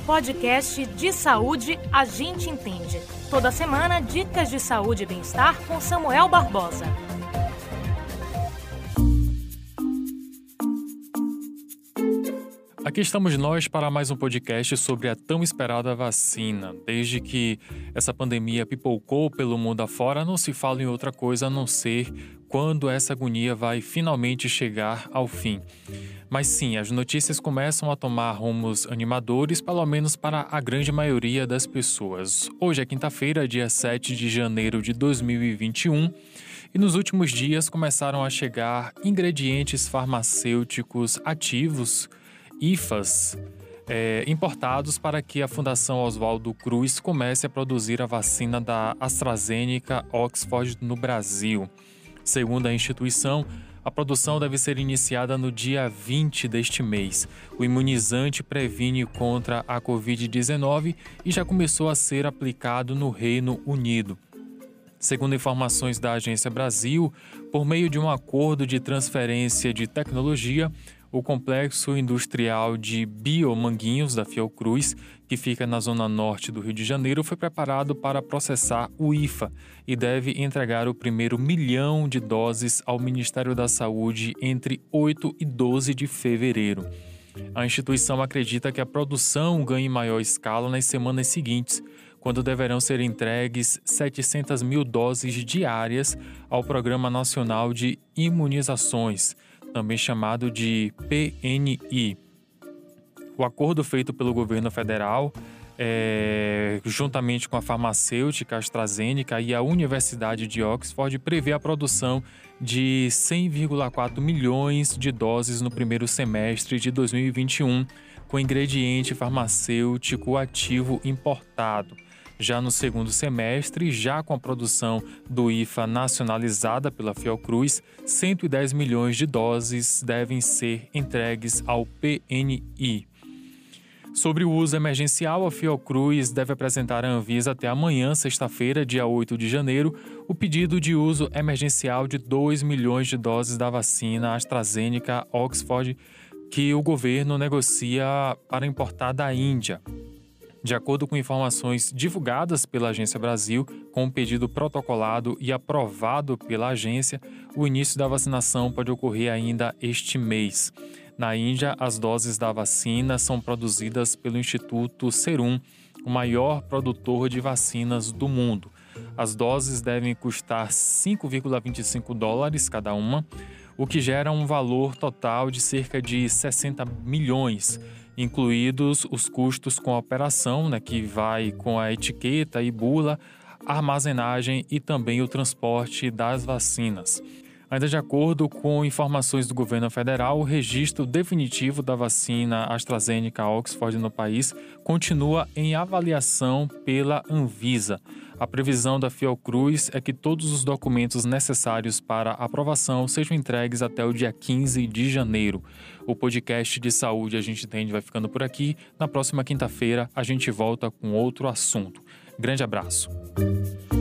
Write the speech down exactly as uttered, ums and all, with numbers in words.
podcast de saúde a gente entende. Toda semana, dicas de saúde e bem-estar com Samuel Barbosa. Aqui estamos nós para mais um podcast sobre a tão esperada vacina. Desde que essa pandemia pipocou pelo mundo afora, não se fala em outra coisa a não ser quando essa agonia vai finalmente chegar ao fim. Mas sim, as notícias começam a tomar rumos animadores, pelo menos para a grande maioria das pessoas. Hoje é quinta-feira, dia sete de janeiro de dois mil e vinte e um, e nos últimos dias começaram a chegar ingredientes farmacêuticos ativos, I F As, é, importados para que a Fundação Oswaldo Cruz comece a produzir a vacina da AstraZeneca Oxford no Brasil. Segundo a instituição, a produção deve ser iniciada no dia vinte deste mês. O imunizante previne contra a covid dezenove e já começou a ser aplicado no Reino Unido. Segundo informações da Agência Brasil, por meio de um acordo de transferência de tecnologia, o complexo industrial de Biomanguinhos da Fiocruz, que fica na zona norte do Rio de Janeiro, foi preparado para processar o I F A e deve entregar o primeiro milhão de doses ao Ministério da Saúde entre oito e doze de fevereiro. A instituição acredita que a produção ganhe maior escala nas semanas seguintes, quando deverão ser entregues setecentas mil doses diárias ao Programa Nacional de Imunizações, também chamado de P N I. O acordo feito pelo governo federal, é, juntamente com a farmacêutica AstraZeneca e a Universidade de Oxford, prevê a produção de cem vírgula quatro milhões de doses no primeiro semestre de dois mil e vinte e um, com ingrediente farmacêutico ativo importado. Já no segundo semestre, já com a produção do I F A nacionalizada pela Fiocruz, cento e dez milhões de doses devem ser entregues ao P N I. Sobre o uso emergencial, a Fiocruz deve apresentar à Anvisa até amanhã, sexta-feira, dia oito de janeiro, o pedido de uso emergencial de dois milhões de doses da vacina AstraZeneca Oxford, que o governo negocia para importar da Índia. De acordo com informações divulgadas pela Agência Brasil, com o pedido protocolado e aprovado pela agência, o início da vacinação pode ocorrer ainda este mês. Na Índia, as doses da vacina são produzidas pelo Instituto Serum, o maior produtor de vacinas do mundo. As doses devem custar cinco vírgula vinte e cinco dólares cada uma, o que gera um valor total de cerca de sessenta milhões, incluídos os custos com a operação, né, que vai com a etiqueta e bula, armazenagem e também o transporte das vacinas. Ainda de acordo com informações do governo federal, o registro definitivo da vacina AstraZeneca Oxford no país continua em avaliação pela Anvisa. A previsão da Fiocruz é que todos os documentos necessários para aprovação sejam entregues até o dia quinze de janeiro. O podcast de saúde A Gente Entende vai ficando por aqui. Na próxima quinta-feira a gente volta com outro assunto. Grande abraço.